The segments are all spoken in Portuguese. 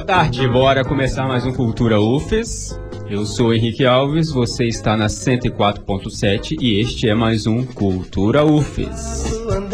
tarde, bora começar mais um Cultura UFES. Eu sou Henrique Alves, você está na 104.7 e este é mais um Cultura UFES.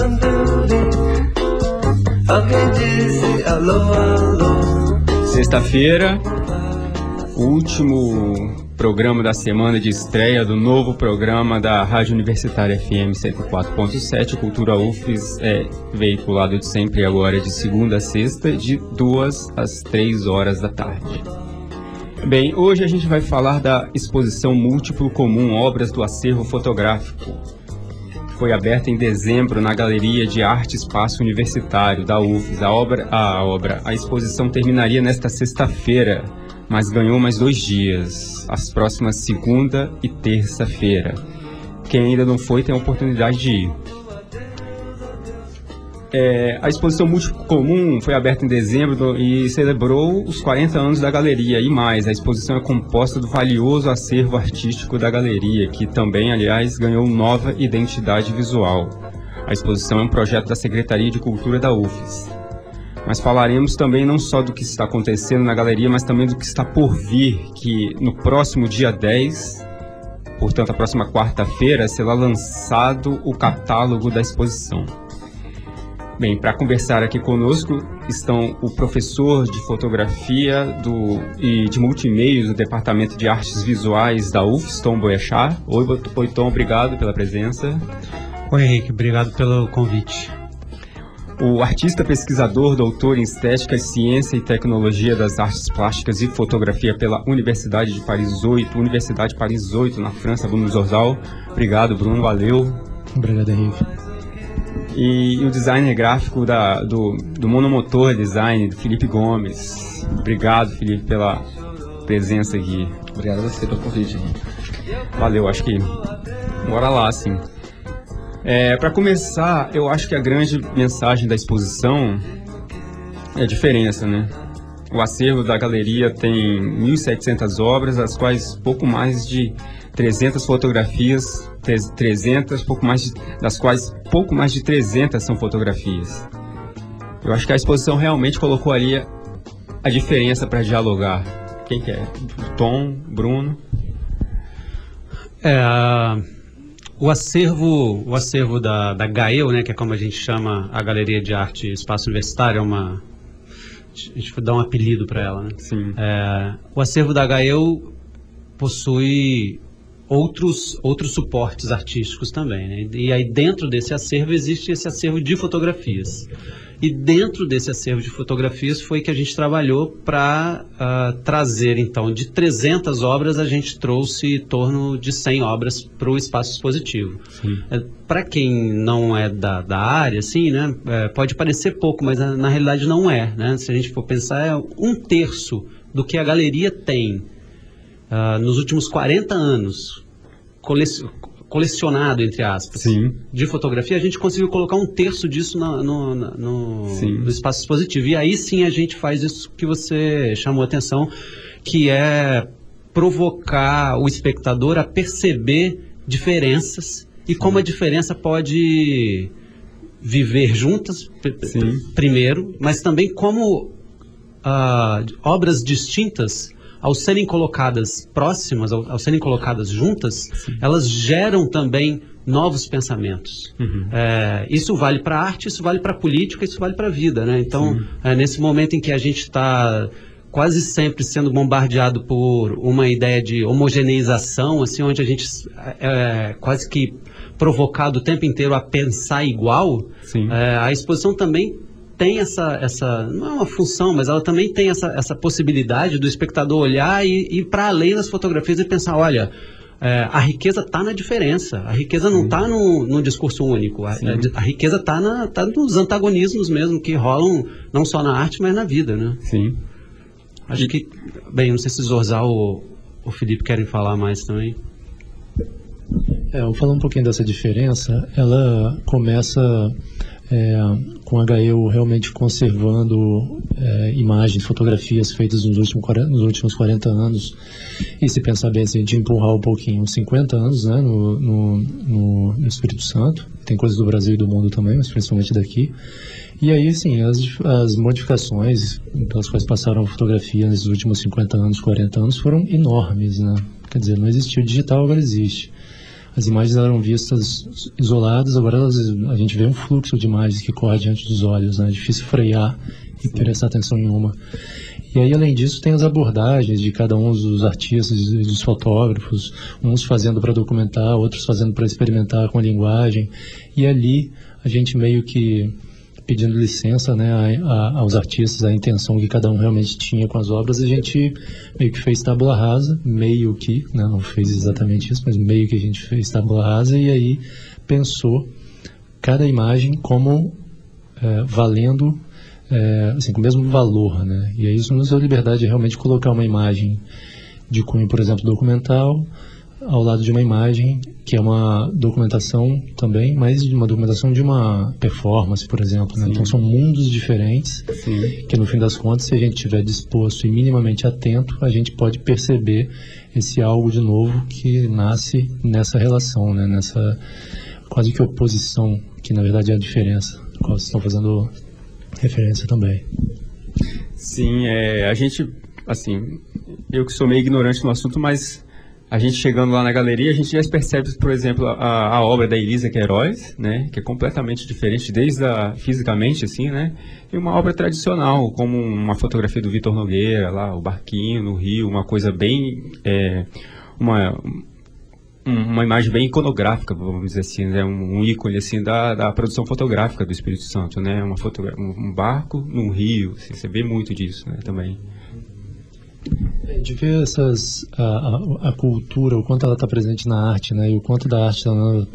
Sexta-feira, o último programa da semana de estreia do novo programa da Rádio Universitária FM 104.7. Cultura UFES é veiculado de sempre agora de segunda a sexta, de 2 às 3 horas da tarde. Bem, hoje a gente vai falar da exposição Múltiplo Comum, Obras do Acervo Fotográfico. Foi aberta em dezembro na Galeria de Arte Espaço Universitário da UFES. A exposição terminaria nesta sexta-feira, mas ganhou mais 2 dias, as próximas segunda e terça-feira. Quem ainda não foi tem a oportunidade de ir. A exposição Múltiplo Comum foi aberta em dezembro e celebrou os 40 anos da galeria e mais. A exposição é composta do valioso acervo artístico da galeria, que também, aliás, ganhou nova identidade visual. A exposição é um projeto da Secretaria de Cultura da UFES. Mas falaremos também não só do que está acontecendo na galeria, mas também do que está por vir, que no próximo dia 10, portanto a próxima quarta-feira, será lançado o catálogo da exposição. Bem, para conversar aqui conosco estão o professor de fotografia e de multimeios do Departamento de Artes Visuais da UFES, Tom Boechat. Oi, Tom, obrigado pela presença. Oi, Henrique, obrigado pelo convite. O artista pesquisador, doutor em Estética, Ciência e Tecnologia das Artes Plásticas e Fotografia pela Universidade de Paris 8, Universidade Paris 8, na França, Bruno Zorzal. Obrigado, Bruno, valeu. Obrigado, Henrique. E o designer gráfico do Monomotor Design, do Felipe Gomes. Obrigado, Felipe, pela presença aqui. Obrigado a você pelo convite, Henrique. Valeu, acho que bora lá, sim. Para começar, eu acho que a grande mensagem da exposição é a diferença, né? O acervo da galeria tem 1.700 obras, das quais pouco mais de 300 fotografias, das quais pouco mais de 300 são fotografias. Eu acho que a exposição realmente colocou ali a diferença para dialogar. Quem que é? Tom, Bruno? O acervo da GAEU, né, que é como a gente chama a Galeria de Arte Espaço Universitário, a gente dá um apelido para ela, né? Sim. O acervo da GAEU possui outros suportes artísticos também, né? E aí dentro desse acervo existe esse acervo de fotografias. E dentro desse acervo de fotografias foi que a gente trabalhou para trazer, então, de 300 obras, a gente trouxe em torno de 100 obras para o espaço expositivo. Para quem não é da área, assim, né, pode parecer pouco, mas na realidade não é, né? Se a gente for pensar, é 1/3 do que a galeria tem nos últimos 40 anos, colecionado, entre aspas, sim, de fotografia, a gente conseguiu colocar 1/3 disso no espaço expositivo. E aí sim a gente faz isso que você chamou a atenção, que é provocar o espectador a perceber diferenças e como a diferença pode viver juntas, primeiro, mas também como obras distintas, ao serem colocadas próximas, ao serem colocadas juntas, elas geram também novos pensamentos. Isso vale para a arte, isso vale para a política, isso vale para a vida, né? Então, nesse momento em que a gente está quase sempre sendo bombardeado por uma ideia de homogeneização, assim, onde a gente é quase que provocado o tempo inteiro a pensar igual, a exposição também tem essa, não é uma função, mas ela também tem essa possibilidade do espectador olhar e ir para além das fotografias e pensar, olha, a riqueza está na diferença, a riqueza não está no discurso único, a riqueza está nos antagonismos mesmo, que rolam não só na arte, mas na vida, né? Sim. Acho que, bem, não sei se Zorzal ou o Felipe querem falar mais também. Eu vou falar um pouquinho dessa diferença. Ela começa com HE realmente conservando imagens, fotografias feitas nos últimos 40 anos. E se pensar bem, se a gente empurrar um pouquinho, uns 50 anos, né, no Espírito Santo, tem coisas do Brasil e do mundo também, mas principalmente daqui. E aí, sim, as modificações pelas quais passaram a fotografia nesses últimos 50 anos, 40 anos, foram enormes, né? Quer dizer, não existia o digital, agora existe. As imagens eram vistas isoladas, agora a gente vê um fluxo de imagens que corre diante dos olhos, né? É difícil frear e prestar atenção em uma. E aí, além disso, tem as abordagens de cada um dos artistas e dos fotógrafos, uns fazendo para documentar, outros fazendo para experimentar com a linguagem. E ali, a gente meio que pedindo licença, né, aos artistas, a intenção que cada um realmente tinha com as obras, a gente meio que fez tábula rasa, meio que, né, não fez exatamente isso, mas meio que a gente fez tábula rasa, e aí pensou cada imagem como valendo, assim, com o mesmo valor, né, e aí isso nos deu liberdade de realmente colocar uma imagem de cunho, por exemplo, documental, ao lado de uma imagem que é uma documentação também, mas uma documentação de uma performance, por exemplo, né? Então são mundos diferentes. Sim. Que no fim das contas, se a gente estiver disposto e minimamente atento, a gente pode perceber esse algo de novo que nasce nessa relação, né? Nessa quase que oposição, que na verdade é a diferença, a qual vocês estão fazendo referência também. Sim, a gente, assim, eu que sou meio ignorante no assunto, mas a gente chegando lá na galeria, a gente já percebe, por exemplo, a obra da Elisa Queiroz, né, que é completamente diferente, fisicamente, assim, né, e uma obra tradicional, como uma fotografia do Vitor Nogueira, lá, o barquinho no rio, uma coisa bem, uma imagem bem iconográfica, vamos dizer assim, né, um ícone, assim, da produção fotográfica do Espírito Santo, né, um barco num rio, assim, você vê muito disso, né, também. De ver a cultura, o quanto ela está presente na arte, né, e o quanto da arte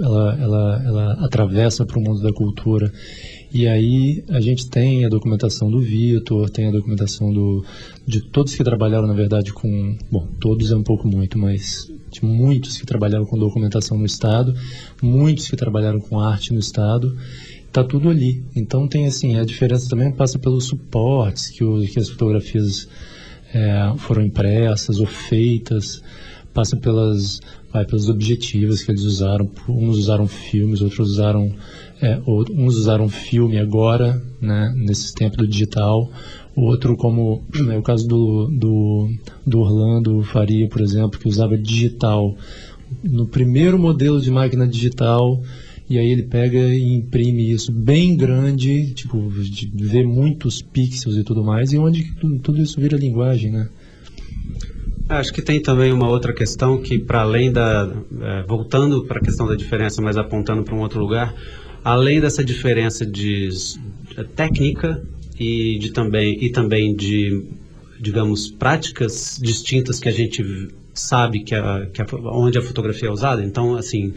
ela atravessa para o mundo da cultura. E aí a gente tem a documentação do Vitor, tem a documentação de todos que trabalharam, na verdade, com... Bom, todos é um pouco muito, mas de muitos que trabalharam com documentação no Estado, muitos que trabalharam com arte no Estado. Está tudo ali. Então tem, assim, a diferença também passa pelos suportes que as fotografias foram impressas ou feitas, passa pelos objetivos que eles usaram. Uns usaram filmes, outros usaram uns usaram filme agora, né, nesse tempo do digital, outro, como é o caso do Orlando Faria, por exemplo, que usava digital no primeiro modelo de máquina digital. E aí ele pega e imprime isso bem grande, tipo, vê muitos pixels e tudo mais, e onde tudo isso vira linguagem, né? Acho que tem também uma outra questão que, para além voltando para a questão da diferença, mas apontando para um outro lugar, além dessa diferença de técnica e também de, digamos, práticas distintas que a gente sabe onde a fotografia é usada. Então, assim,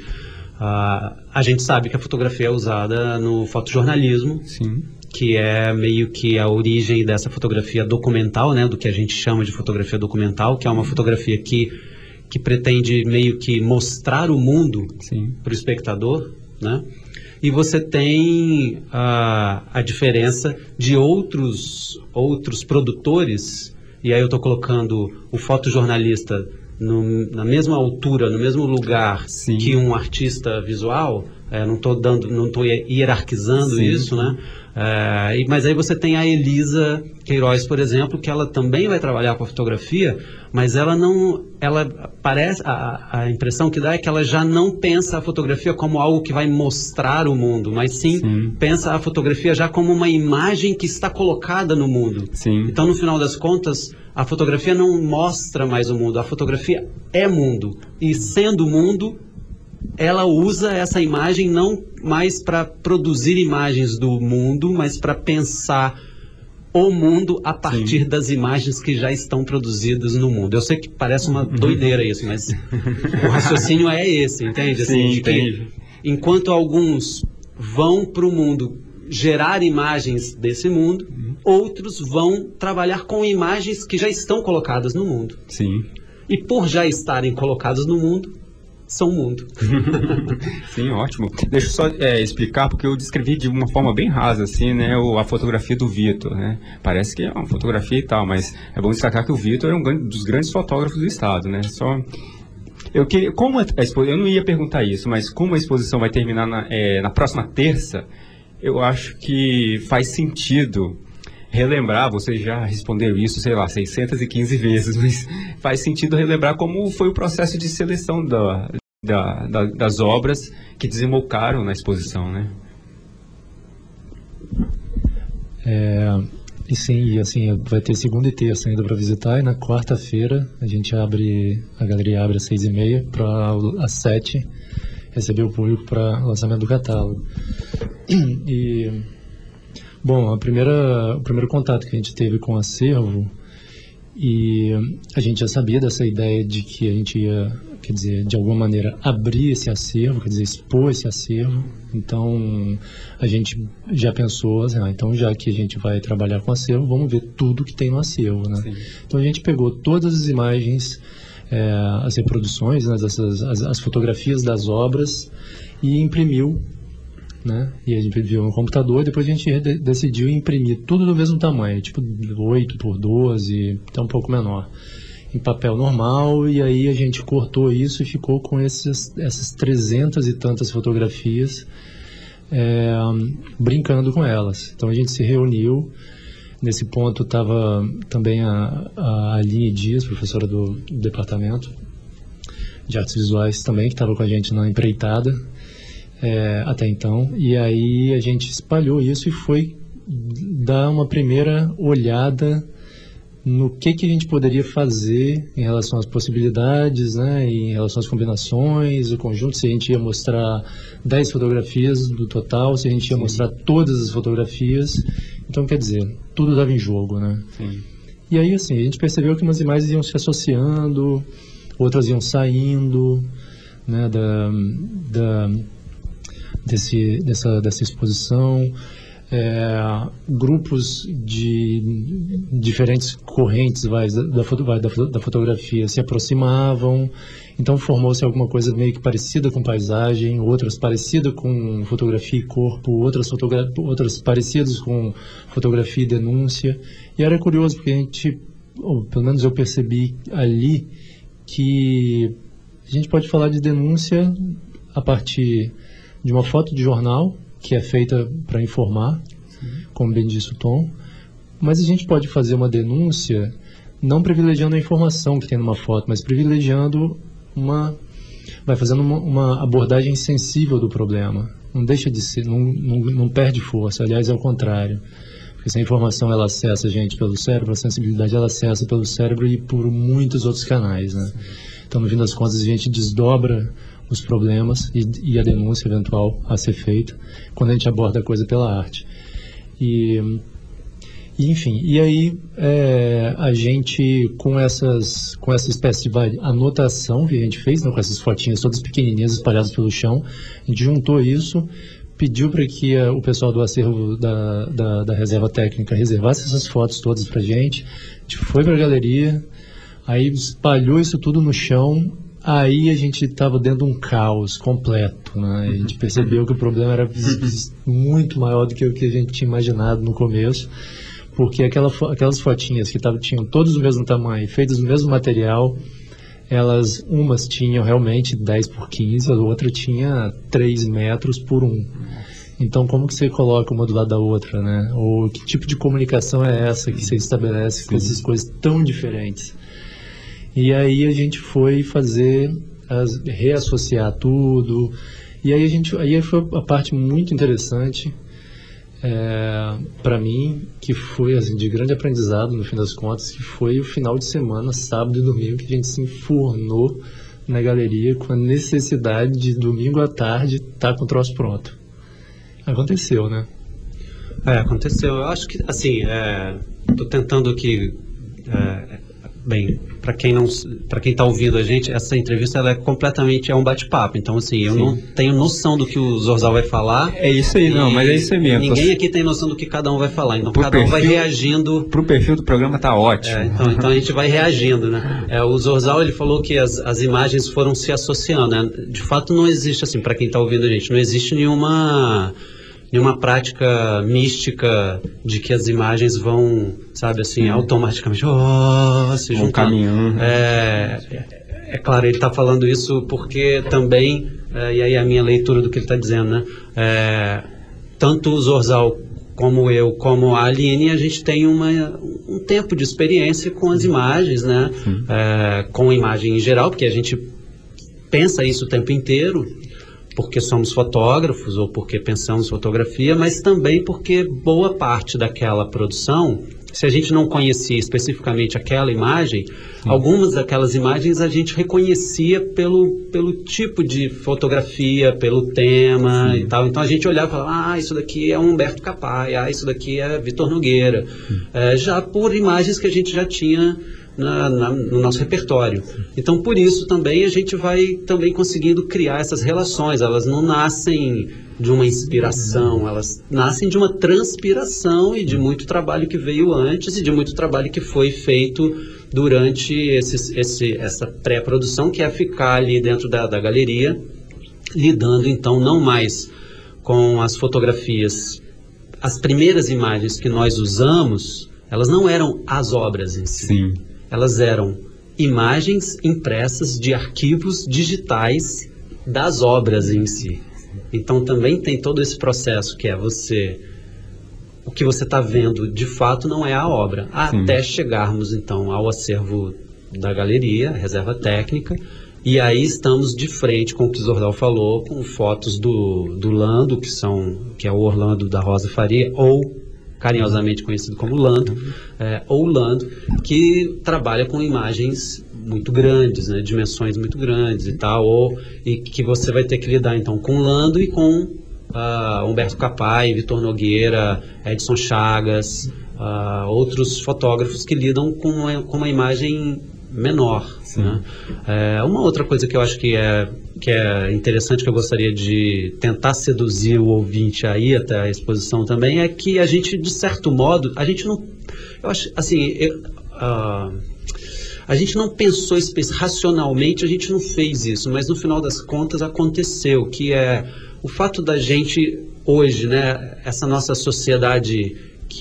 a gente sabe que a fotografia é usada no fotojornalismo. Sim. Que é meio que a origem dessa fotografia documental, né, do que a gente chama de fotografia documental, que é uma fotografia que pretende meio que mostrar o mundo para o espectador, né? E você tem a diferença de outros produtores, e aí eu estou colocando o fotojornalista na mesma altura, no mesmo lugar que um artista visual. Não estou hierarquizando isso, né? Mas aí você tem a Elisa Queiroz, por exemplo, que ela também vai trabalhar com a fotografia, mas ela parece, a impressão que dá é que ela já não pensa a fotografia como algo que vai mostrar o mundo, mas sim pensa a fotografia já como uma imagem que está colocada no mundo. Então, no final das contas, a fotografia não mostra mais o mundo, a fotografia é mundo, e sendo mundo, ela usa essa imagem não mais para produzir imagens do mundo, mas para pensar o mundo a partir das imagens que já estão produzidas no mundo. Eu sei que parece uma doideira isso, mas o raciocínio é esse, entende? Assim, que enquanto alguns vão para o mundo gerar imagens desse mundo, outros vão trabalhar com imagens que já estão colocadas no mundo. E por já estarem colocadas no mundo, são o mundo. Sim, ótimo. Deixa eu só explicar, porque eu descrevi de uma forma bem rasa, assim, né, a fotografia do Vitor, né? Parece que é uma fotografia e tal, mas é bom destacar que o Vitor é um dos grandes fotógrafos do estado, né? Eu não ia perguntar isso, mas como a exposição vai terminar na próxima terça, eu acho que faz sentido relembrar, vocês já responderam isso, sei lá, 615 vezes, mas faz sentido relembrar como foi o processo de seleção das obras que desembocaram na exposição, né? E sim, assim, vai ter segunda e terça ainda para visitar, e na quarta-feira a galeria abre às 6h30 para às 7h receber o público para lançamento do catálogo. Bom, o primeiro contato que a gente teve com o acervo, e a gente já sabia dessa ideia de que a gente ia, quer dizer, de alguma maneira abrir esse acervo, quer dizer, expor esse acervo. Então a gente já pensou assim, então já que a gente vai trabalhar com acervo, vamos ver tudo que tem no acervo, né? Sim. Então a gente pegou todas as imagens, as reproduções, né, as fotografias das obras e imprimiu, né? E a gente viu no computador, depois a gente decidiu imprimir tudo do mesmo tamanho, tipo 8x12, até um pouco menor, em papel normal, e aí a gente cortou isso e ficou com essas 300 e tantas fotografias, brincando com elas. Então a gente se reuniu, nesse ponto estava também a Aline Dias, professora do departamento de artes visuais também, que estava com a gente na empreitada, até então, e aí a gente espalhou isso e foi dar uma primeira olhada no que a gente poderia fazer em relação às possibilidades, né, em relação às combinações, o conjunto, se a gente ia mostrar 10 fotografias do total, se a gente ia mostrar todas as fotografias. Então, quer dizer, tudo estava em jogo, né? Sim. E aí, assim, a gente percebeu que umas imagens iam se associando, outras iam saindo, né, dessa exposição, grupos de diferentes correntes da fotografia se aproximavam, então formou-se alguma coisa meio que parecida com paisagem, outras parecidas com fotografia e corpo, outras parecidas com fotografia e denúncia. E era curioso porque a gente, ou pelo menos eu percebi ali, que a gente pode falar de denúncia a partir de uma foto de jornal, que é feita para informar, como bem disse o Tom, mas a gente pode fazer uma denúncia não privilegiando a informação que tem numa foto, mas privilegiando vai fazendo uma abordagem sensível do problema. Não deixa de ser, não perde força, aliás é o contrário, porque se a informação ela acessa a gente pelo cérebro, a sensibilidade ela acessa pelo cérebro e por muitos outros canais, né? Então, no fim das contas, a gente desdobra os problemas e a denúncia eventual a ser feita quando a gente aborda a coisa pela arte. Enfim, e aí a gente, com essa espécie de anotação que a gente fez, né, com essas fotinhas todas pequenininhas espalhadas pelo chão, a gente juntou isso, pediu para que o pessoal do acervo da reserva técnica reservasse essas fotos todas para a gente foi para a galeria, aí espalhou isso tudo no chão. Aí a gente estava dentro de um caos completo, né? A gente percebeu que o problema era muito maior do que o que a gente tinha imaginado no começo, porque aquelas fotinhas que tinham todos do mesmo tamanho, feitas do mesmo material, umas tinham realmente 10x15, a outra tinha 3 metros por 1. Então como que você coloca uma do lado da outra, né? Ou que tipo de comunicação é essa que você estabelece com essas coisas tão diferentes? E aí a gente foi reassociar tudo, e aí foi a parte muito interessante para mim, que foi assim, de grande aprendizado no fim das contas, que foi o final de semana, sábado e domingo, que a gente se enfurnou na galeria com a necessidade de domingo à tarde estar com o troço pronto. Aconteceu, né? Aconteceu. Eu acho que, assim, estou tentando aqui Bem, para quem está ouvindo a gente, essa entrevista ela é um bate-papo. Então, assim, eu não tenho noção do que o Zorzal vai falar. É isso aí, não, mas é isso aí mesmo. Ninguém aqui tem noção do que cada um vai falar. Então, cada um vai reagindo. Pro perfil do programa tá ótimo. Então a gente vai reagindo, né? O Zorzal, ele falou que as imagens foram se associando, né? De fato, não existe, assim, para quem está ouvindo a gente, não existe nenhuma prática mística de que as imagens vão, sabe, assim, automaticamente se juntando. Caminhando. É claro, ele está falando isso porque também, e aí a minha leitura do que ele está dizendo, né? Tanto o Zorzal como eu, como a Aline, a gente tem um tempo de experiência com as imagens, né? Com a imagem em geral, porque a gente pensa isso o tempo inteiro, porque somos fotógrafos ou porque pensamos fotografia, mas também porque boa parte daquela produção, se a gente não conhecia especificamente aquela imagem, algumas daquelas imagens a gente reconhecia pelo tipo de fotografia, pelo tema e tal. Então a gente olhava e falava, isso daqui é Humberto Capai, isso daqui é Vitor Nogueira, já por imagens que a gente já tinha no nosso repertório. Então, por isso também a gente vai também conseguindo criar essas relações. Elas não nascem de uma inspiração, elas nascem de uma transpiração e de muito trabalho que veio antes e de muito trabalho que foi feito durante essa pré-produção, que é ficar ali dentro da galeria, lidando então não mais com as fotografias. As primeiras imagens que nós usamos, elas não eram as obras em si. Sim. Elas eram imagens impressas de arquivos digitais das obras em si. Então também tem todo esse processo que é o que você está vendo de fato não é a obra, até chegarmos então ao acervo da galeria, reserva técnica, e aí estamos de frente com o que o Zorzal falou, com fotos do Lando, que é o Orlando da Rosa Faria, ou carinhosamente conhecido como Lando, ou Lando, que trabalha com imagens muito grandes, né, dimensões muito grandes e tal, e que você vai ter que lidar então com Lando e com Humberto Capai, Vitor Nogueira, Edson Chagas, outros fotógrafos que lidam com uma imagem menor. Né? Uma outra coisa que eu acho que é interessante, que eu gostaria de tentar seduzir o ouvinte aí até a exposição também, é que a gente, de certo modo, a gente não... Eu acho, assim, a gente não pensou racionalmente, a gente não fez isso, mas no final das contas aconteceu, que é o fato da gente hoje, né, essa nossa sociedade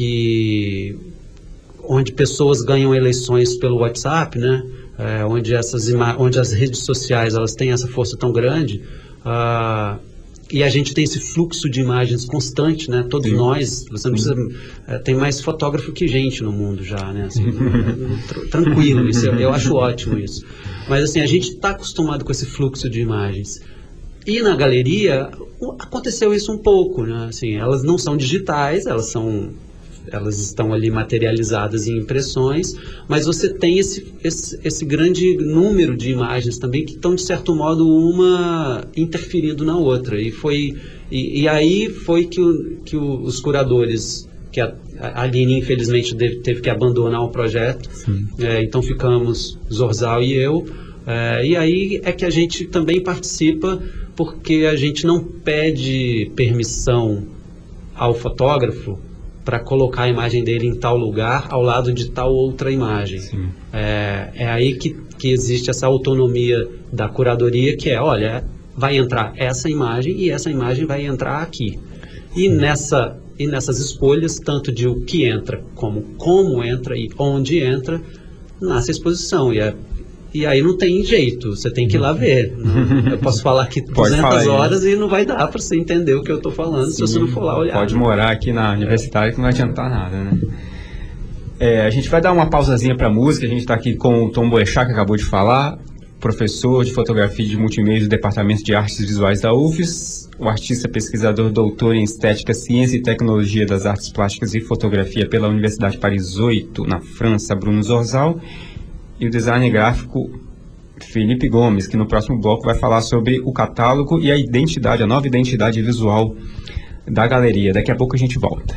onde pessoas ganham eleições pelo WhatsApp, né, onde as redes sociais elas têm essa força tão grande, e a gente tem esse fluxo de imagens constante, né? Todos nós, você não precisa, tem mais fotógrafo que gente no mundo já, né? Assim, tranquilo, isso, eu acho ótimo isso. Mas assim, a gente está acostumado com esse fluxo de imagens. E na galeria aconteceu isso um pouco, né? Assim, elas não são digitais, elas estão ali materializadas em impressões, mas você tem esse grande número de imagens também que estão, de certo modo, uma interferindo na outra. E aí foi que os curadores, que a Aline, infelizmente, teve que abandonar o projeto, então ficamos Zorzal e eu, e aí é que a gente também participa, porque a gente não pede permissão ao fotógrafo para colocar a imagem dele em tal lugar ao lado de tal outra imagem. É aí que existe essa autonomia da curadoria, que olha, vai entrar essa imagem e essa imagem vai entrar aqui. E nessas escolhas, tanto de o que entra, como entra e onde entra, nasce a exposição. E aí não tem jeito, você tem que ir lá ver. Eu posso falar aqui 200 horas e não vai dar para você entender o que eu estou falando se você não for lá olhar. Pode morar aqui na universitária que não vai adiantar nada, né? A gente vai dar uma pausazinha para música. A gente está aqui com o Tom Boechat, que acabou de falar, professor de fotografia e de multimédia do Departamento de Artes Visuais da UFES, o artista pesquisador doutor em Estética, Ciência e Tecnologia das Artes Plásticas e Fotografia pela Universidade Paris 8, na França, Bruno Zorzal, e o designer gráfico Felipe Gomes, que no próximo bloco vai falar sobre o catálogo e a nova identidade visual da galeria. Daqui a pouco a gente volta.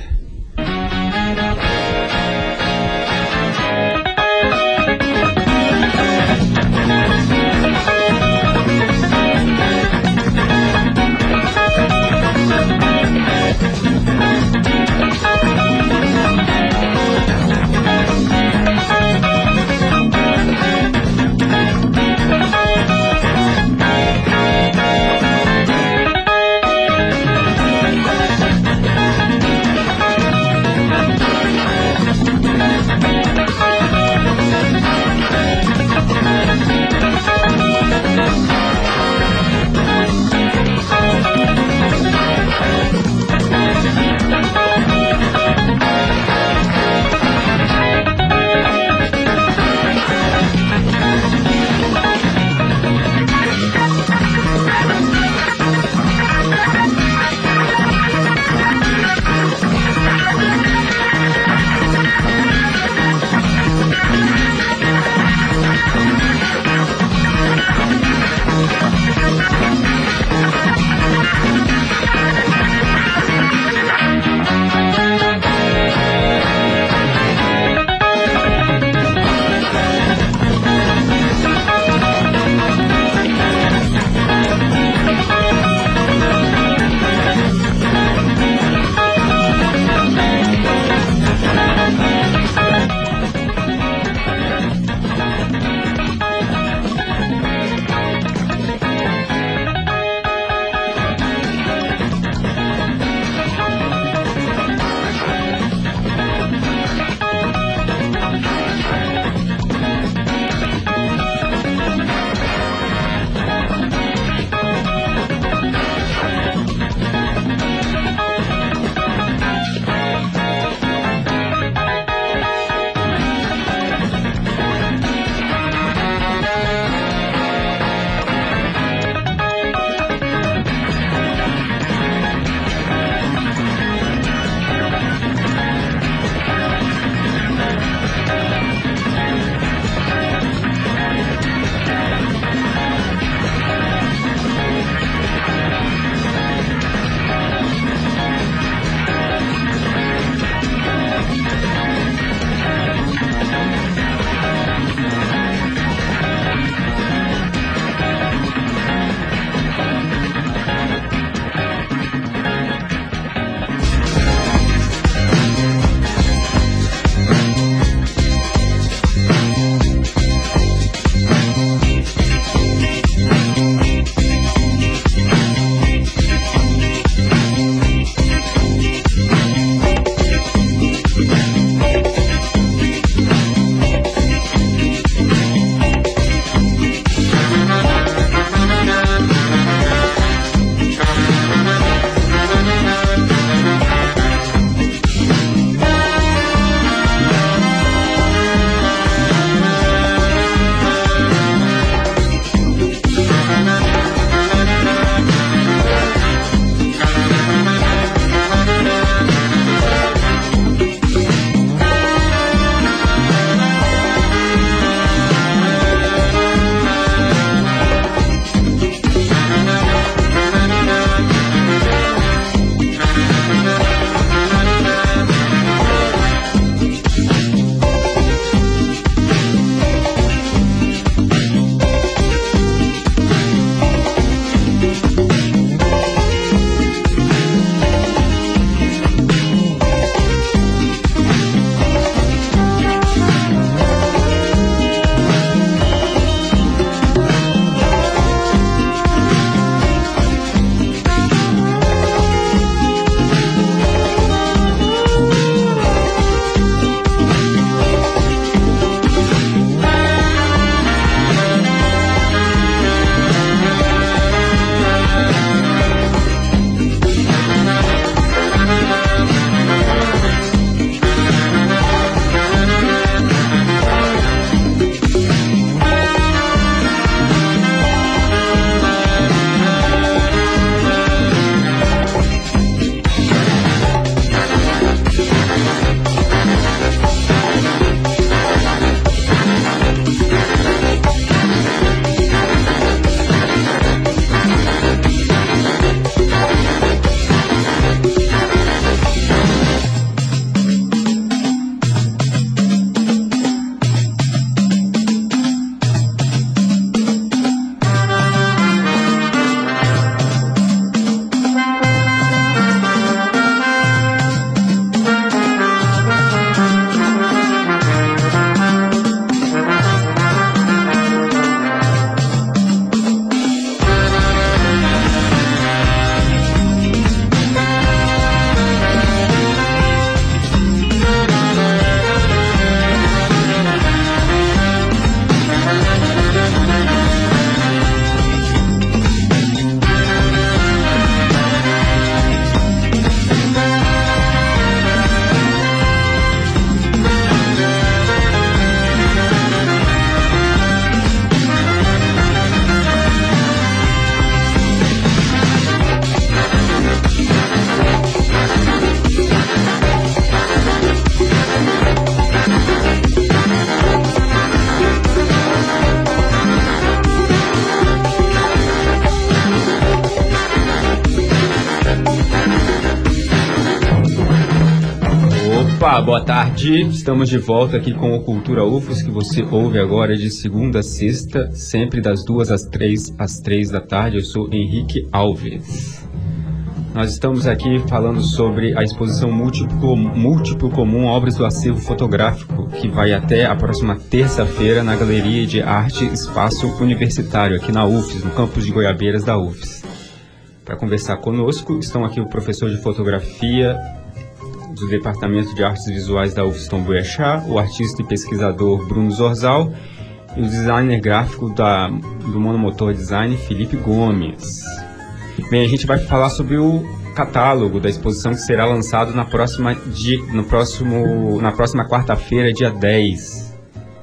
Olá, boa tarde. Estamos de volta aqui com o Cultura UFOS, que você ouve agora de segunda a sexta, sempre das 2 às 3 da tarde. Eu sou Henrique Alves. Nós estamos aqui falando sobre a exposição Múltiplo Comum, obras do acervo fotográfico, que vai até a próxima terça-feira na Galeria de Arte Espaço Universitário, aqui na UFES, no campus de Goiabeiras da UFES. Para conversar conosco estão aqui o professor de fotografia do Departamento de Artes Visuais da UFES, Tom Boechat, o artista e pesquisador Bruno Zorzal e o designer gráfico do Monomotor Design, Felipe Gomes. Bem, a gente vai falar sobre o catálogo da exposição que será lançado na próxima quarta-feira, dia 10.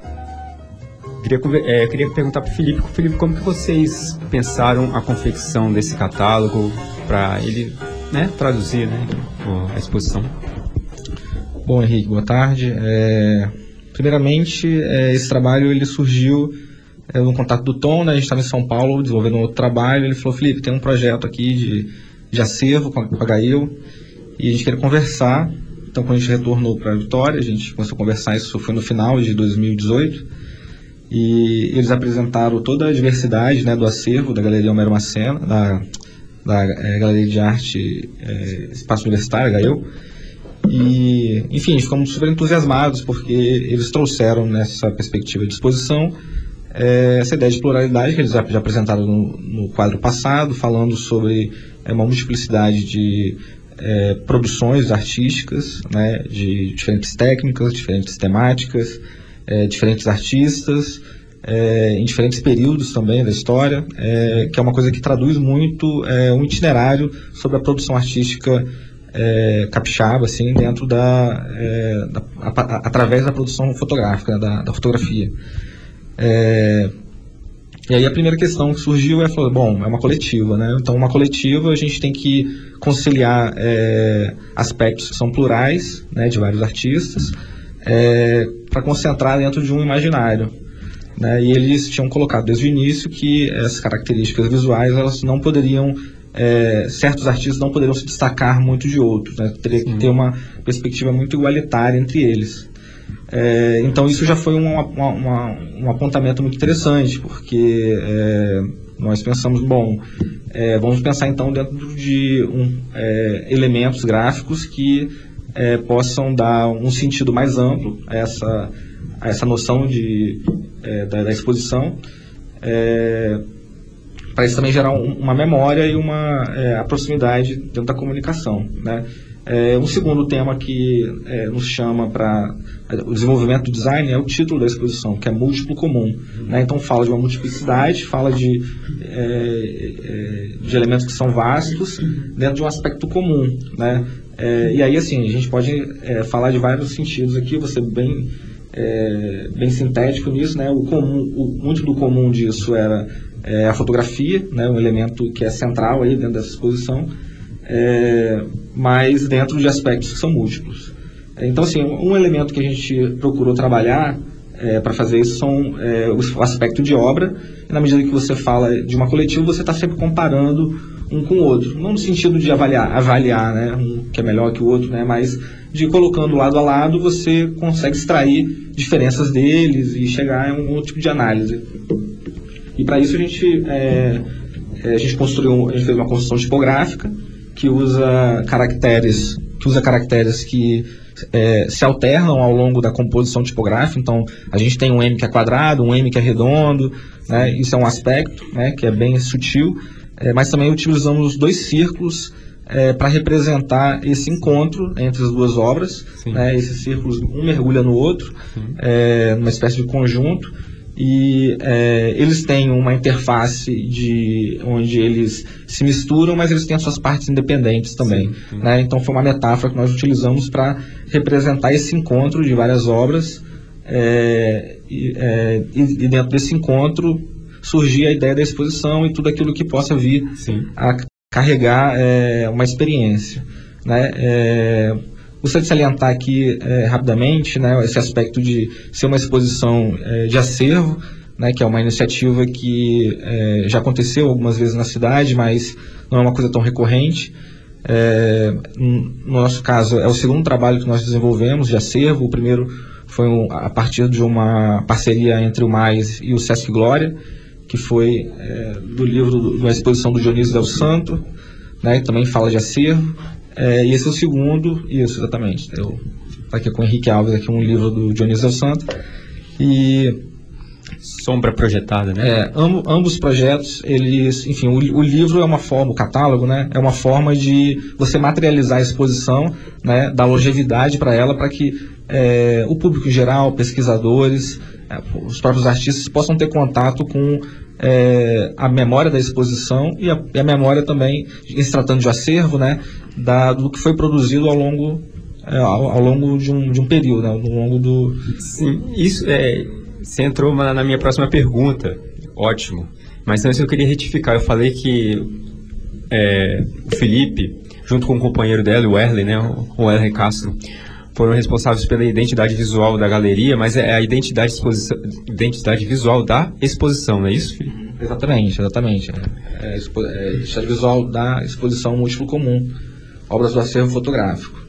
Queria perguntar para o Felipe, como que vocês pensaram a confecção desse catálogo para ele, traduzir, a exposição? Bom, Henrique, boa tarde. Primeiramente, esse trabalho ele surgiu no contato do Tom, né? A gente estava em São Paulo desenvolvendo um outro trabalho. Ele falou: Felipe, tem um projeto aqui de acervo com a Gael e a gente queria conversar. Então, quando a gente retornou para a Vitória, a gente começou a conversar. Isso foi no final de 2018 e eles apresentaram toda a diversidade, né, do acervo da Galeria Homero Macena, da Galeria de Arte Espaço Universitário, Gael. E, enfim, ficamos super entusiasmados porque eles trouxeram nessa perspectiva de exposição essa ideia de pluralidade que eles já apresentaram no quadro passado, falando sobre uma multiplicidade de produções artísticas, né, de diferentes técnicas, diferentes temáticas, diferentes artistas, em diferentes períodos também da história, que é uma coisa que traduz muito um itinerário sobre a produção artística capixaba, assim, dentro através da produção fotográfica, né, da fotografia. E aí a primeira questão que surgiu é uma coletiva, né? Então, uma coletiva a gente tem que conciliar aspectos que são plurais, né, de vários artistas, para concentrar dentro de um imaginário, né? E eles tinham colocado desde o início que essas características visuais elas não poderiam certos artistas não poderiam se destacar muito de outros, né? Teria que ter uma perspectiva muito igualitária entre eles. Então isso já foi um apontamento muito interessante, porque nós pensamos, vamos pensar então dentro de elementos gráficos que possam dar um sentido mais amplo a essa noção da exposição, para isso também gerar uma memória e a proximidade dentro da comunicação, né? Um segundo tema que nos chama para o desenvolvimento do design é o título da exposição, que é Múltiplo Comum, né? Então fala de uma multiplicidade, fala de elementos que são vastos dentro de um aspecto comum, né? E aí, assim, a gente pode falar de vários sentidos aqui, você bem sintético nisso, né? Muito do comum disso era a fotografia, né? Um elemento que é central aí dentro dessa exposição, mas dentro de aspectos que são múltiplos. Então, assim, um elemento que a gente procurou trabalhar para fazer isso são o aspecto de obra. E na medida que você fala de uma coletiva, você está sempre comparando um com o outro, não no sentido de avaliar, né, um que é melhor que o outro, né, mas de colocando lado a lado você consegue extrair diferenças deles e chegar a um outro tipo de análise. E para isso a gente fez uma construção tipográfica que usa caracteres que se alternam ao longo da composição tipográfica. Então, a gente tem um M que é quadrado, um M que é redondo, né? Isso é um aspecto, né, que é bem sutil, mas também utilizamos 2 círculos para representar esse encontro entre as duas obras, né? Esses círculos, um mergulha no outro, numa espécie de conjunto, e eles têm uma interface onde eles se misturam, mas eles têm as suas partes independentes também, né? Então foi uma metáfora que nós utilizamos para representar esse encontro de várias obras, e dentro desse encontro surgia a ideia da exposição e tudo aquilo que possa vir a carregar uma experiência, né? Gostaria de salientar aqui rapidamente, né, esse aspecto de ser uma exposição de acervo, né, que é uma iniciativa que já aconteceu algumas vezes na cidade, mas não é uma coisa tão recorrente. No nosso caso, é o segundo trabalho que nós desenvolvemos de acervo. O primeiro foi a partir de uma parceria entre o MAIS e o Sesc Glória, que foi do livro da exposição do Dionísio Del Santo, né, que também fala de acervo. E esse é o segundo, isso, exatamente. Eu estou aqui com o Henrique Alves, aqui um livro do Dionísio Del Santo. E Sombra Projetada, né? Ambos os projetos, eles, enfim, o livro é uma forma, o catálogo, né, é uma forma de você materializar a exposição, né, dar longevidade para ela, para que o público em geral, pesquisadores, os próprios artistas possam ter contato com a memória da exposição e a memória também, em se tratando de acervo, né, do que foi produzido ao longo de um período, né, ao longo do... Sim, isso você entrou na minha próxima pergunta, ótimo. Mas antes eu queria retificar, eu falei que o Felipe, junto com o companheiro dela, o Erle, né, o Erle Castro, foram responsáveis pela identidade visual da galeria, mas é a identidade visual da exposição, não é isso, Felipe? Exatamente. A identidade visual da exposição Múltiplo Comum, obras do acervo fotográfico.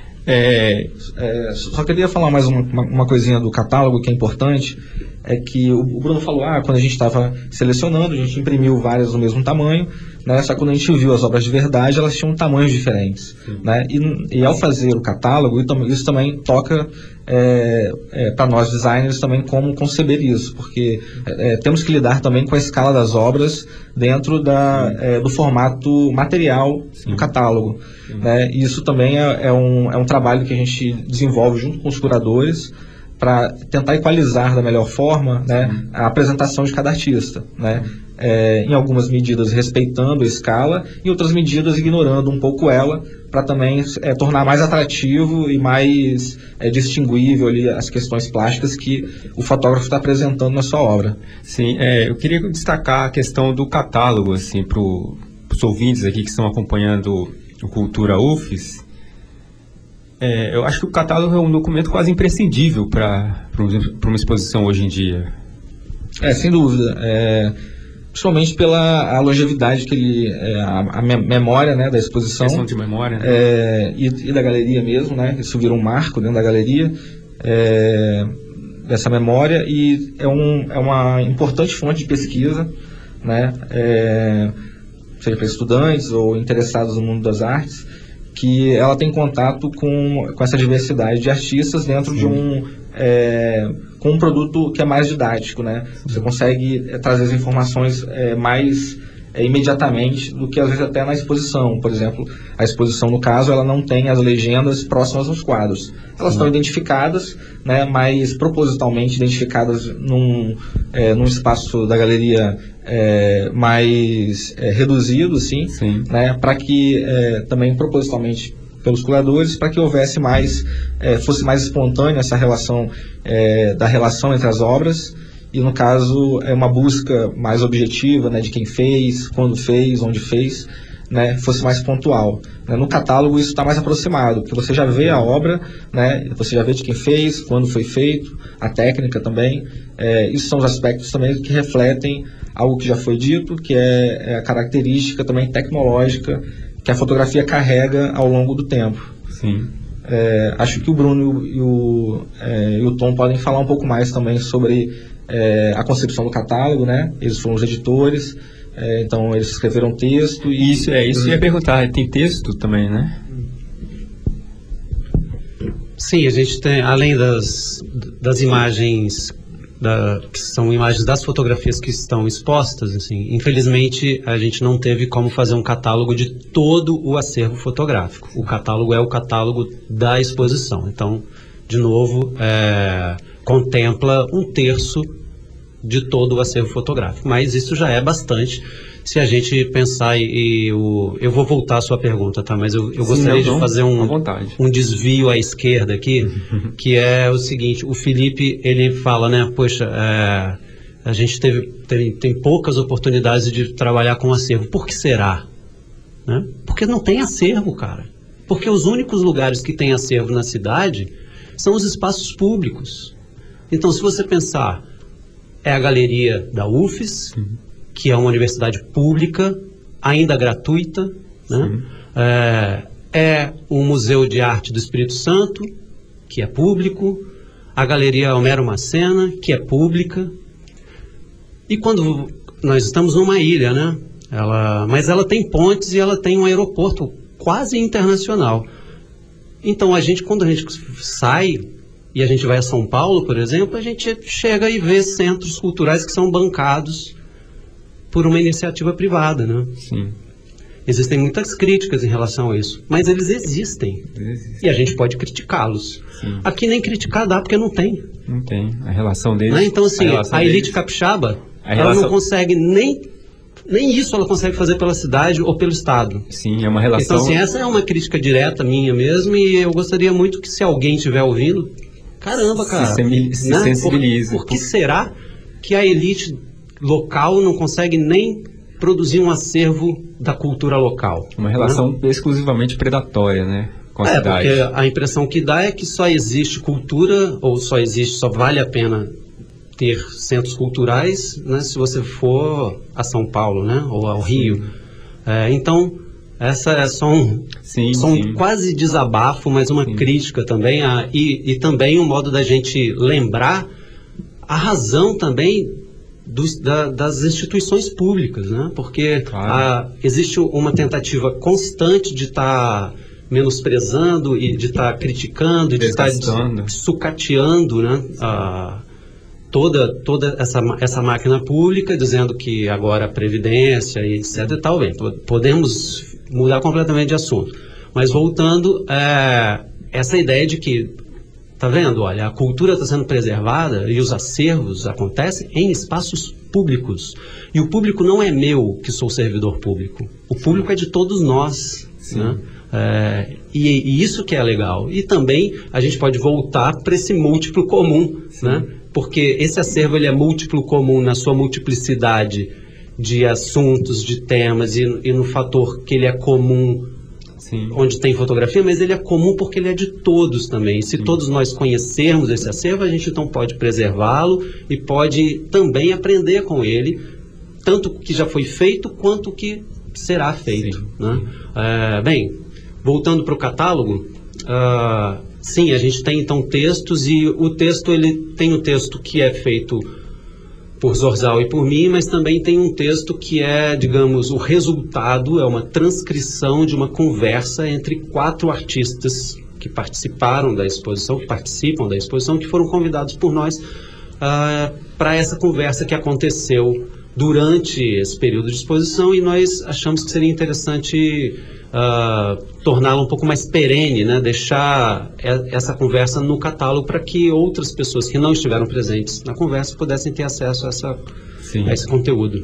Só queria falar mais uma coisinha do catálogo que é importante, é que o Bruno falou, quando a gente estava selecionando, a gente imprimiu várias do mesmo tamanho, né, só que quando a gente viu as obras de verdade, elas tinham tamanhos diferentes, né, e ao fazer o catálogo, isso também toca para nós designers também como conceber isso, porque temos que lidar também com a escala das obras dentro do formato material do catálogo, né, e isso também é um trabalho que a gente desenvolve junto com os curadores, para tentar equalizar da melhor forma, né, a apresentação de cada artista, né, em algumas medidas respeitando a escala, em outras medidas ignorando um pouco ela, para também tornar mais atrativo e mais distinguível ali as questões plásticas que o fotógrafo está apresentando na sua obra. Sim, eu queria destacar a questão do catálogo, assim, para os ouvintes aqui que estão acompanhando o Cultura UFES. Eu acho que o catálogo é um documento quase imprescindível para uma exposição hoje em dia. Sem dúvida. Principalmente pela longevidade que ele... a memória, né, da exposição. Questão de memória, né? E da galeria mesmo, né? Isso vira um marco dentro da galeria. Dessa memória. E é uma importante fonte de pesquisa, né? Seja para estudantes ou interessados no mundo das artes, que ela tem contato com essa diversidade de artistas dentro de com um produto que é mais didático, né? Você consegue trazer as informações mais imediatamente do que às vezes até na exposição. Por exemplo, a exposição, no caso, ela não tem as legendas próximas aos quadros. Elas estão identificadas, né, mas propositalmente identificadas num espaço da galeria mais reduzido, assim, né, para que também propositalmente pelos curadores, para que houvesse fosse mais espontânea essa relação da relação entre as obras. E no caso é uma busca mais objetiva, né, de quem fez, quando fez, onde fez, né, fosse mais pontual. No catálogo isso está mais aproximado, porque você já vê a obra, né, você já vê de quem fez, quando foi feito, a técnica também. Isso são os aspectos também que refletem algo que já foi dito, que é a característica também tecnológica que a fotografia carrega ao longo do tempo. Sim. Acho que o Bruno e o Tom podem falar um pouco mais também sobre a concepção do catálogo, né? Eles foram os editores, então eles escreveram texto. Isso eu ia perguntar, tem texto também, né? Sim, a gente tem, além das imagens, que são imagens das fotografias que estão expostas, assim, infelizmente a gente não teve como fazer um catálogo de todo o acervo fotográfico. O catálogo é o catálogo da exposição, então, de novo, contempla 1/3 de todo o acervo fotográfico, mas isso já é bastante se a gente pensar eu vou voltar à sua pergunta, tá? Mas eu gostaria de fazer um desvio à esquerda aqui, que é o seguinte: o Felipe, ele fala, né, poxa, a gente tem poucas oportunidades de trabalhar com acervo. Por que será? Né? Porque não tem acervo, cara. Porque os únicos lugares que tem acervo na cidade são os espaços públicos. Então, se você pensar, é a galeria da UFES, que é uma universidade pública, ainda gratuita, né? É o Museu de Arte do Espírito Santo, que é público, a Galeria Homero Macena, que é pública. E quando nós estamos numa ilha, né? Mas ela tem pontes e ela tem um aeroporto quase internacional. Então, quando a gente sai e a gente vai a São Paulo, por exemplo, a gente chega e vê centros culturais que são bancados por uma iniciativa privada, né? Sim. Existem muitas críticas em relação a isso, mas eles existem. E a gente pode criticá-los. Sim. Aqui nem criticar dá, porque não tem. Não tem. A relação deles... Né? Então, assim, a elite capixaba, ela não consegue nem isso ela consegue fazer pela cidade ou pelo estado. Sim, é uma relação... Então, assim, essa é uma crítica direta minha mesmo, e eu gostaria muito que, se alguém estiver ouvindo, caramba, cara... Se sensibilize. Por que será que a elite local não consegue nem produzir um acervo da cultura local? Uma relação, né, exclusivamente predatória, né, com a cidade. Porque a impressão que dá é que só existe cultura, ou só vale a pena ter centros culturais, né, se você for a São Paulo, né, ou ao Rio. Então, essa é só um quase desabafo, mas uma crítica também, e também um modo da gente lembrar a razão também das instituições públicas, né? Porque existe uma tentativa constante de estar menosprezando e de estar criticando, de estar sucateando, né, toda essa máquina pública, dizendo que agora a Previdência e etc e tal, bem, podemos mudar completamente de assunto. Mas voltando, essa ideia de que, tá vendo, olha, a cultura está sendo preservada e os acervos acontecem em espaços públicos. E o público não é meu, que sou servidor público. O público é de todos nós, né? E isso que é legal. E também a gente pode voltar para esse múltiplo comum, né? Porque esse acervo, ele é múltiplo comum na sua multiplicidade de assuntos, de temas, e no fator que ele é comum, onde tem fotografia, mas ele é comum porque ele é de todos também. Se todos nós conhecermos esse acervo, a gente então pode preservá-lo e pode também aprender com ele, tanto o que já foi feito quanto o que será feito, né? Bem, voltando para o catálogo, sim, a gente tem então textos, e o texto, ele tem o texto que é feito por Zorzal e por mim, mas também tem um texto que é, digamos, o resultado, é uma transcrição de uma conversa entre 4 artistas que participam da exposição, que foram convidados por nós para essa conversa que aconteceu durante esse período de exposição, e nós achamos que seria interessante torná-la um pouco mais perene, né? Deixar essa conversa no catálogo para que outras pessoas que não estiveram presentes na conversa pudessem ter acesso a esse conteúdo.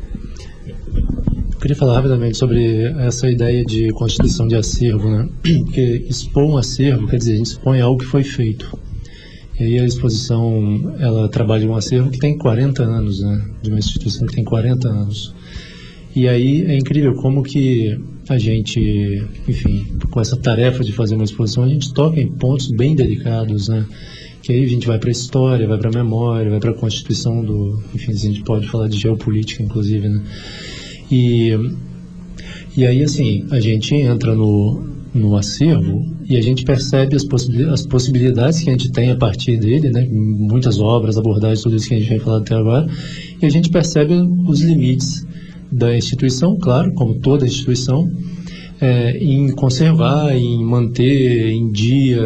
Eu queria falar rapidamente sobre essa ideia de constituição de acervo, né? Porque expor um acervo quer dizer, a gente expõe algo que foi feito. E aí a exposição, ela trabalha um acervo que tem 40 anos, né? De uma instituição que tem 40 anos. E aí é incrível como que a gente, enfim, com essa tarefa de fazer uma exposição, a gente toca em pontos bem delicados, né? Que aí a gente vai para a história, vai para a memória, vai para a constituição enfim, a gente pode falar de geopolítica, inclusive, né? E aí, assim, a gente entra no acervo e a gente percebe as possibilidades que a gente tem a partir dele, né? Muitas obras, abordagens, tudo isso que a gente vem falando até agora, e a gente percebe os limites da instituição, claro, como toda instituição, em conservar, em manter em dia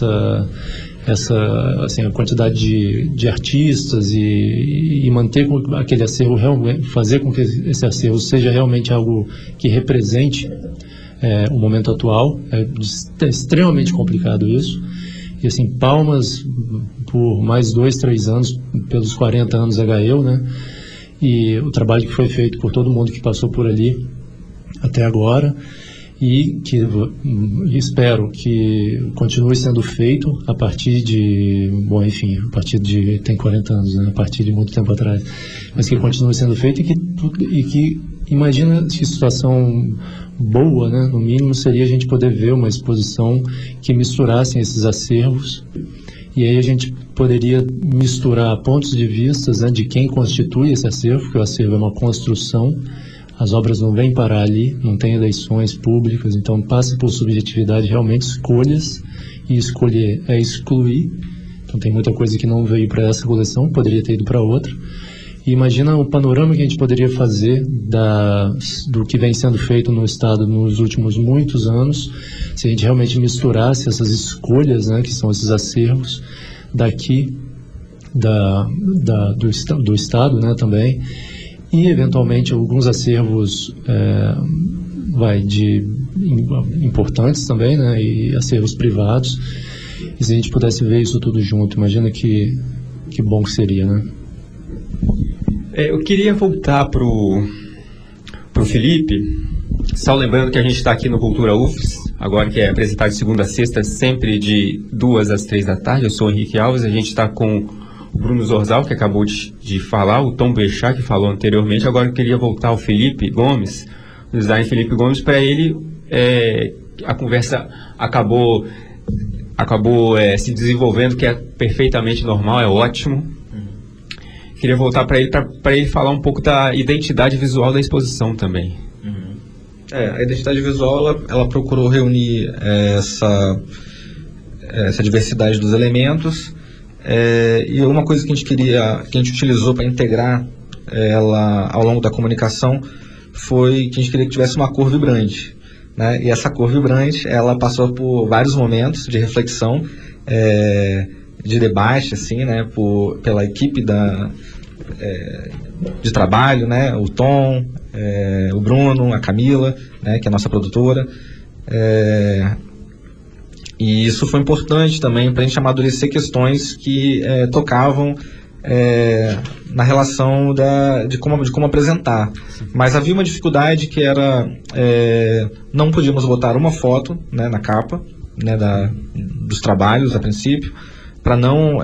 assim, a quantidade de artistas e manter aquele acervo, fazer com que esse acervo seja realmente algo que represente o momento atual. É extremamente complicado isso. E assim, palmas por mais 2, 3 anos, pelos 40 anos da HEU, né? E o trabalho que foi feito por todo mundo que passou por ali até agora, e que espero que continue sendo feito a partir de, bom, enfim, tem 40 anos, né, a partir de muito tempo atrás, mas que continue sendo feito, e que imagina que situação boa, né, no mínimo, seria a gente poder ver uma exposição que misturasse esses acervos. E aí a gente poderia misturar pontos de vista, né, de quem constitui esse acervo, porque o acervo é uma construção As obras não vêm parar ali, não tem eleições públicas, então passa por subjetividade, realmente escolhas, e escolher é excluir. Então tem muita coisa que não veio para essa coleção, poderia ter ido para outra. E imagina o panorama que a gente poderia fazer do que vem sendo feito no Estado nos últimos muitos anos, se a gente realmente misturasse essas escolhas, né, que são esses acervos daqui do Estado, né, também, e eventualmente alguns acervos importantes também, né, e acervos privados. E se a gente pudesse ver isso tudo junto, imagina que bom que seria, né? Eu queria voltar pro Felipe, só lembrando que a gente está aqui no Cultura UFES, agora que é apresentado de segunda a sexta, sempre de 2 às 3 da tarde. Eu sou o Henrique Alves, a gente está com o Bruno Zorzal, que acabou de falar, o Tom Bechat, que falou anteriormente. Agora eu queria voltar ao Felipe Gomes, o designer Felipe Gomes, para ele, a conversa acabou se desenvolvendo, que é perfeitamente normal, é ótimo. Queria voltar para ele falar um pouco da identidade visual da exposição também. A identidade visual, ela procurou reunir essa diversidade dos elementos, e uma coisa que a gente utilizou para integrar ela ao longo da comunicação foi que a gente queria que tivesse uma cor vibrante, né? E essa cor vibrante, ela passou por vários momentos de reflexão, de debate, assim, né, pela equipe de trabalho, né, o Tom, o Bruno, a Camila, né, que é a nossa produtora, e isso foi importante também para a gente amadurecer questões que tocavam na relação de como apresentar. Mas havia uma dificuldade que era não podíamos botar uma foto, né, na capa, né, dos trabalhos a princípio, para não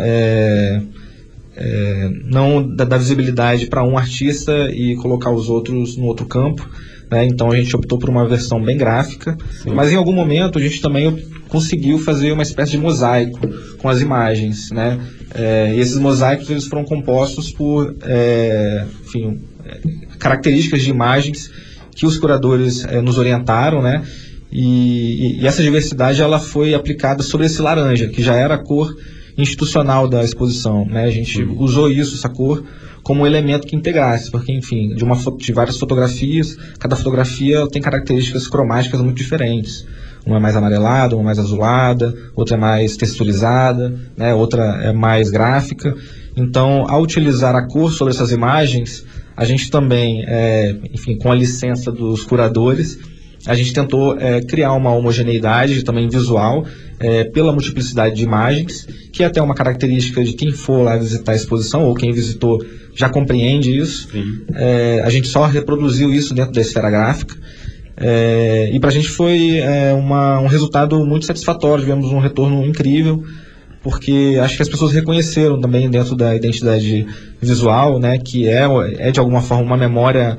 dar visibilidade para um artista e colocar os outros no outro campo, né? Então a gente optou por uma versão bem gráfica. Sim. Mas em algum momento a gente também conseguiu fazer uma espécie de mosaico com as imagens, né? E esses mosaicos, eles foram compostos por características de imagens que os curadores nos orientaram, né? E essa diversidade, ela foi aplicada sobre esse laranja, que já era a cor institucional da exposição, né? A gente usou essa cor como um elemento que integrasse, porque, enfim, de várias fotografias, cada fotografia tem características cromáticas muito diferentes. Uma é mais amarelada, uma mais azulada, outra é mais texturizada, né? Outra é mais gráfica. Então, ao utilizar a cor sobre essas imagens, a gente também, com a licença dos curadores, a gente tentou criar uma homogeneidade também visual pela multiplicidade de imagens, que é até uma característica de quem for lá visitar a exposição, ou quem visitou já compreende isso. A gente só reproduziu isso dentro da esfera gráfica, e para a gente foi um resultado muito satisfatório. Tivemos um retorno incrível, porque acho que as pessoas reconheceram também dentro da identidade visual, né, que é de alguma forma uma memória,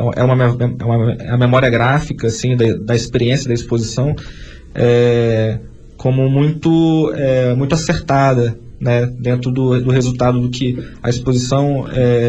a memória gráfica, assim, da experiência da exposição, como muito acertada, né, dentro do resultado do que a exposição,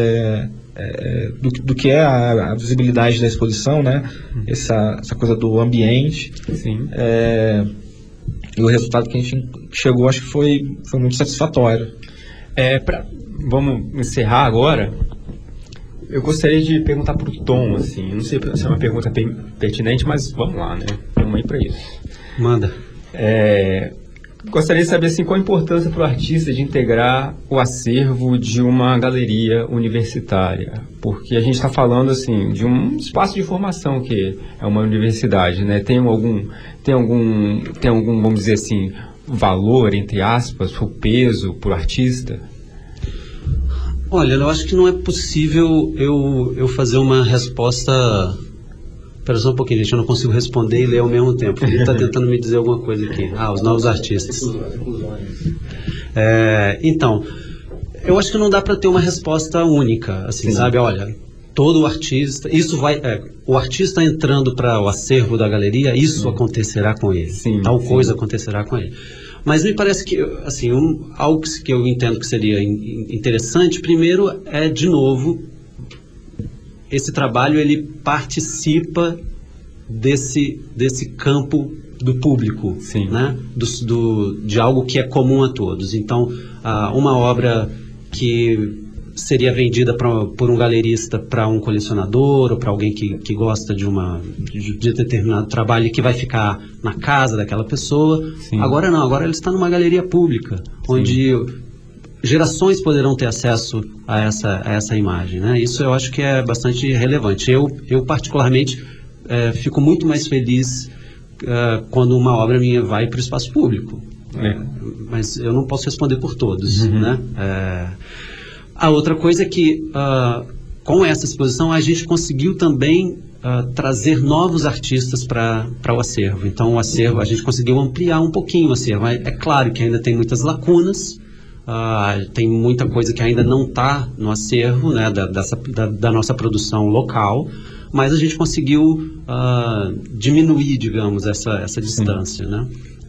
do que é a visibilidade da exposição, né, essa coisa do ambiente. Sim. E o resultado que a gente chegou, acho que foi muito satisfatório. Vamos encerrar agora. Eu gostaria de perguntar para o Tom, assim, não sei se é uma pergunta pertinente, mas vamos lá, né? Vamos aí para isso. Manda. Gostaria de saber, assim, qual a importância para o artista de integrar o acervo de uma galeria universitária, porque a gente está falando, assim, de um espaço de formação que é uma universidade, né? Tem algum, vamos dizer assim, valor, entre aspas, o peso para o artista? Olha, eu acho que não é possível eu fazer uma resposta. Espera só um pouquinho, gente, eu não consigo responder e ler ao mesmo tempo. Ele está tentando me dizer alguma coisa aqui. Os novos artistas. Então, eu acho que não dá para ter uma resposta única, assim, sabe? Olha, todo artista, o artista entrando para o acervo da galeria, isso acontecerá com ele. Tal coisa acontecerá com ele. Mas me parece que, assim, algo que eu entendo que seria interessante, primeiro, de novo, esse trabalho ele participa desse campo do público, né? De algo que é comum a todos. Então, uma obra que seria vendida por um galerista para um colecionador ou para alguém que gosta de determinado trabalho e que vai ficar na casa daquela pessoa. Sim. Agora não, agora ele está numa galeria pública, onde gerações poderão ter acesso a essa imagem, né? Isso eu acho que é bastante relevante. Eu particularmente fico muito mais feliz quando uma obra minha vai para o espaço público. Mas eu não posso responder por todos, né? A outra coisa é que, com essa exposição, a gente conseguiu também trazer novos artistas para o acervo. Então, o acervo, a gente conseguiu ampliar um pouquinho o acervo. É claro que ainda tem muitas lacunas, tem muita coisa que ainda não está no acervo, né, da nossa produção local, mas a gente conseguiu diminuir, digamos, essa distância, né?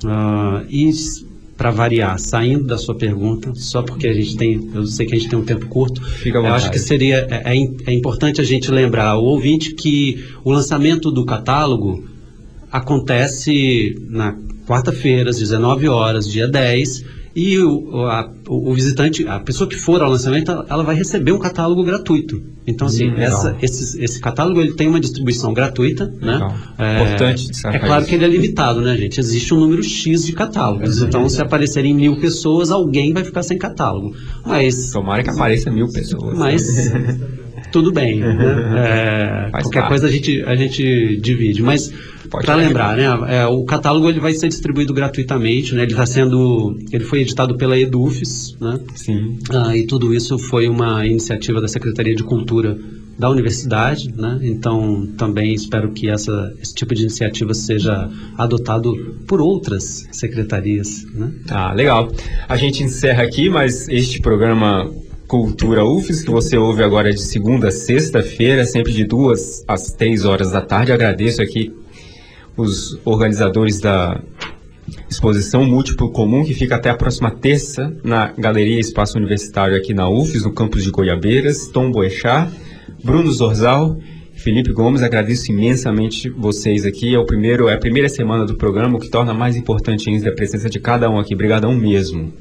E para variar, saindo da sua pergunta, só porque eu sei que a gente tem um tempo curto, eu acho que é importante a gente lembrar ao ouvinte que o lançamento do catálogo acontece na quarta-feira, às 19 horas, dia 10, e o visitante, a pessoa que for ao lançamento, ela vai receber um catálogo gratuito. Então, assim, esse catálogo ele tem uma distribuição gratuita, né? Importante. É claro que ele é limitado, né, gente? Existe um número X de catálogos. Então, se aparecerem 1000 pessoas, alguém vai ficar sem catálogo. Mas tomara que apareça 1000 pessoas. Mas tudo bem, né? Qualquer coisa a gente divide. Mas para lembrar, né? O catálogo ele vai ser distribuído gratuitamente, né? Ele foi editado pela Edufes, né? Sim. E tudo isso foi uma iniciativa da Secretaria de Cultura da universidade, né? Então também espero que esse tipo de iniciativa seja adotado por outras secretarias, né? Legal. A gente encerra aqui, mas este programa Cultura UFES, que você ouve agora de segunda a sexta-feira, sempre de 2 às 3 horas da tarde. Agradeço aqui os organizadores da exposição Múltiplo Comum, que fica até a próxima terça na Galeria Espaço Universitário aqui na UFES, no campus de Goiabeiras. Tom Boechat, Bruno Zorzal, Felipe Gomes, agradeço imensamente vocês aqui. É a primeira semana do programa, o que torna mais importante ainda a presença de cada um aqui. Obrigadão mesmo.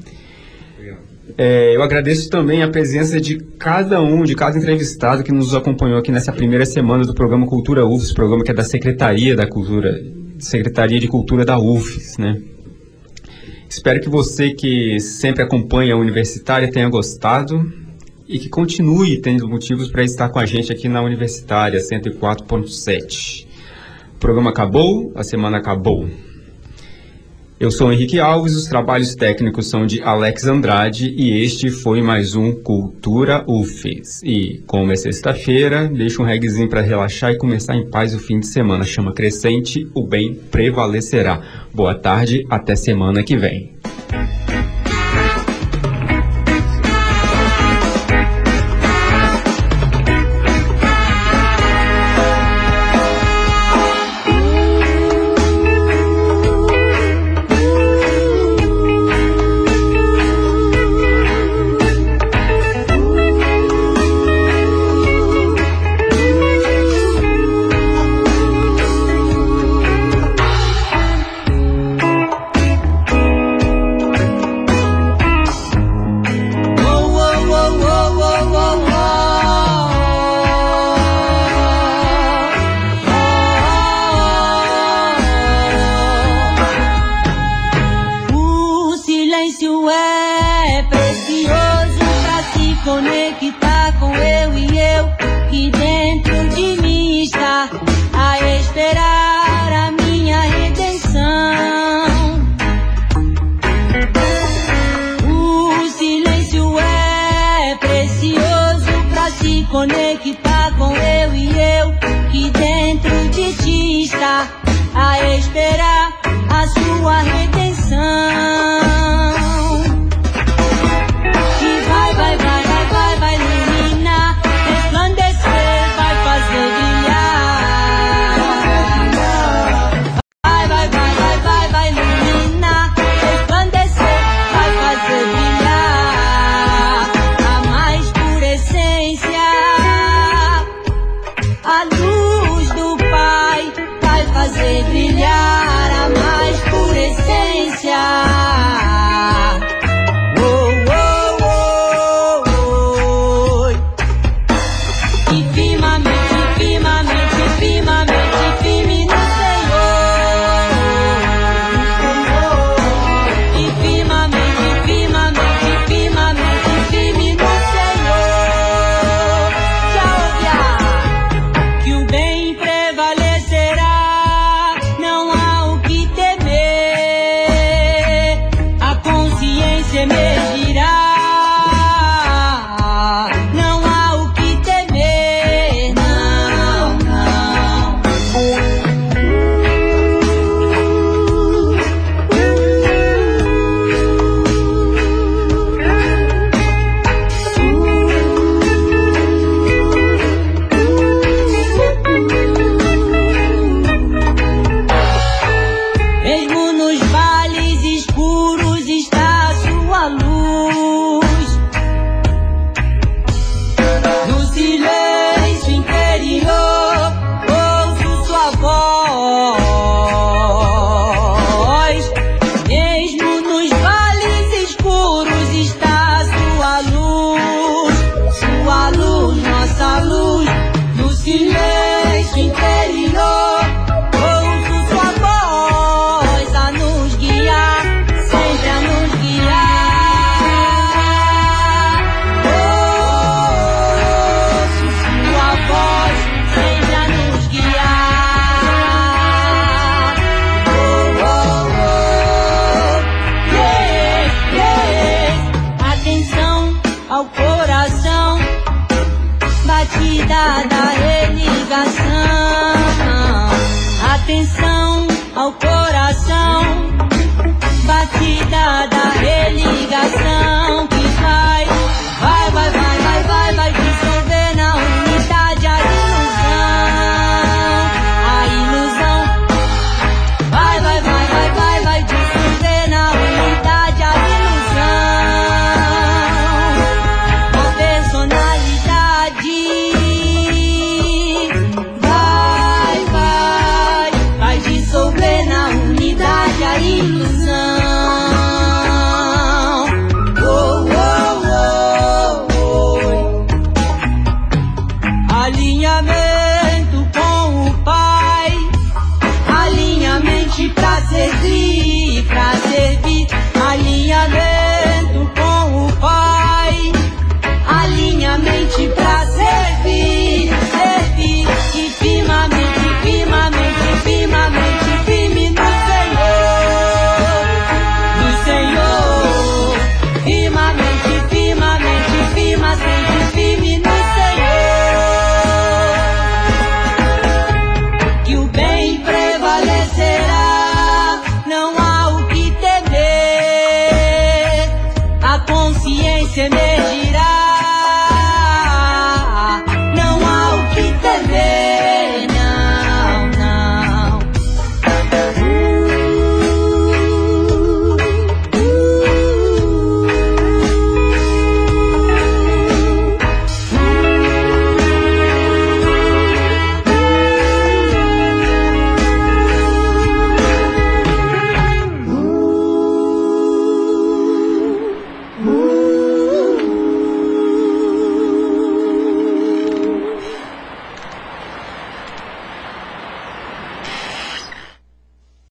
Eu agradeço também a presença de cada entrevistado que nos acompanhou aqui nessa primeira semana do programa Cultura UFES, programa que é da Secretaria de Cultura da UFES, né? Espero que você que sempre acompanha a Universitária tenha gostado e que continue tendo motivos para estar com a gente aqui na Universitária 104.7. O programa acabou, a semana acabou. Eu sou Henrique Alves, os trabalhos técnicos são de Alex Andrade e este foi mais um Cultura UFES. E, como é sexta-feira, deixa um reguezinho para relaxar e começar em paz o fim de semana. Chama crescente, o bem prevalecerá. Boa tarde, até semana que vem. Conectar com eu e eu, que dentro de ti está a esperar a sua redenção. E vai iluminar, resplandecer, vai fazer brilhar. Vai iluminar, resplandecer, vai fazer brilhar a mais pura essência atenção ao coração, batida da religação que vai dissolver na unidade a ilusão, vai dissolver na unidade a ilusão, a personalidade vai dissolver na unidade a ilusão. Alinhamento com o Pai, alinhamento pra servir, alinhamento com o Pai, alinhamento pra servir, e firmemente, firme no Senhor, firmemente, firma, sempre firme no Senhor, que o bem prevalecerá, não há o que temer, a consciência emergirá.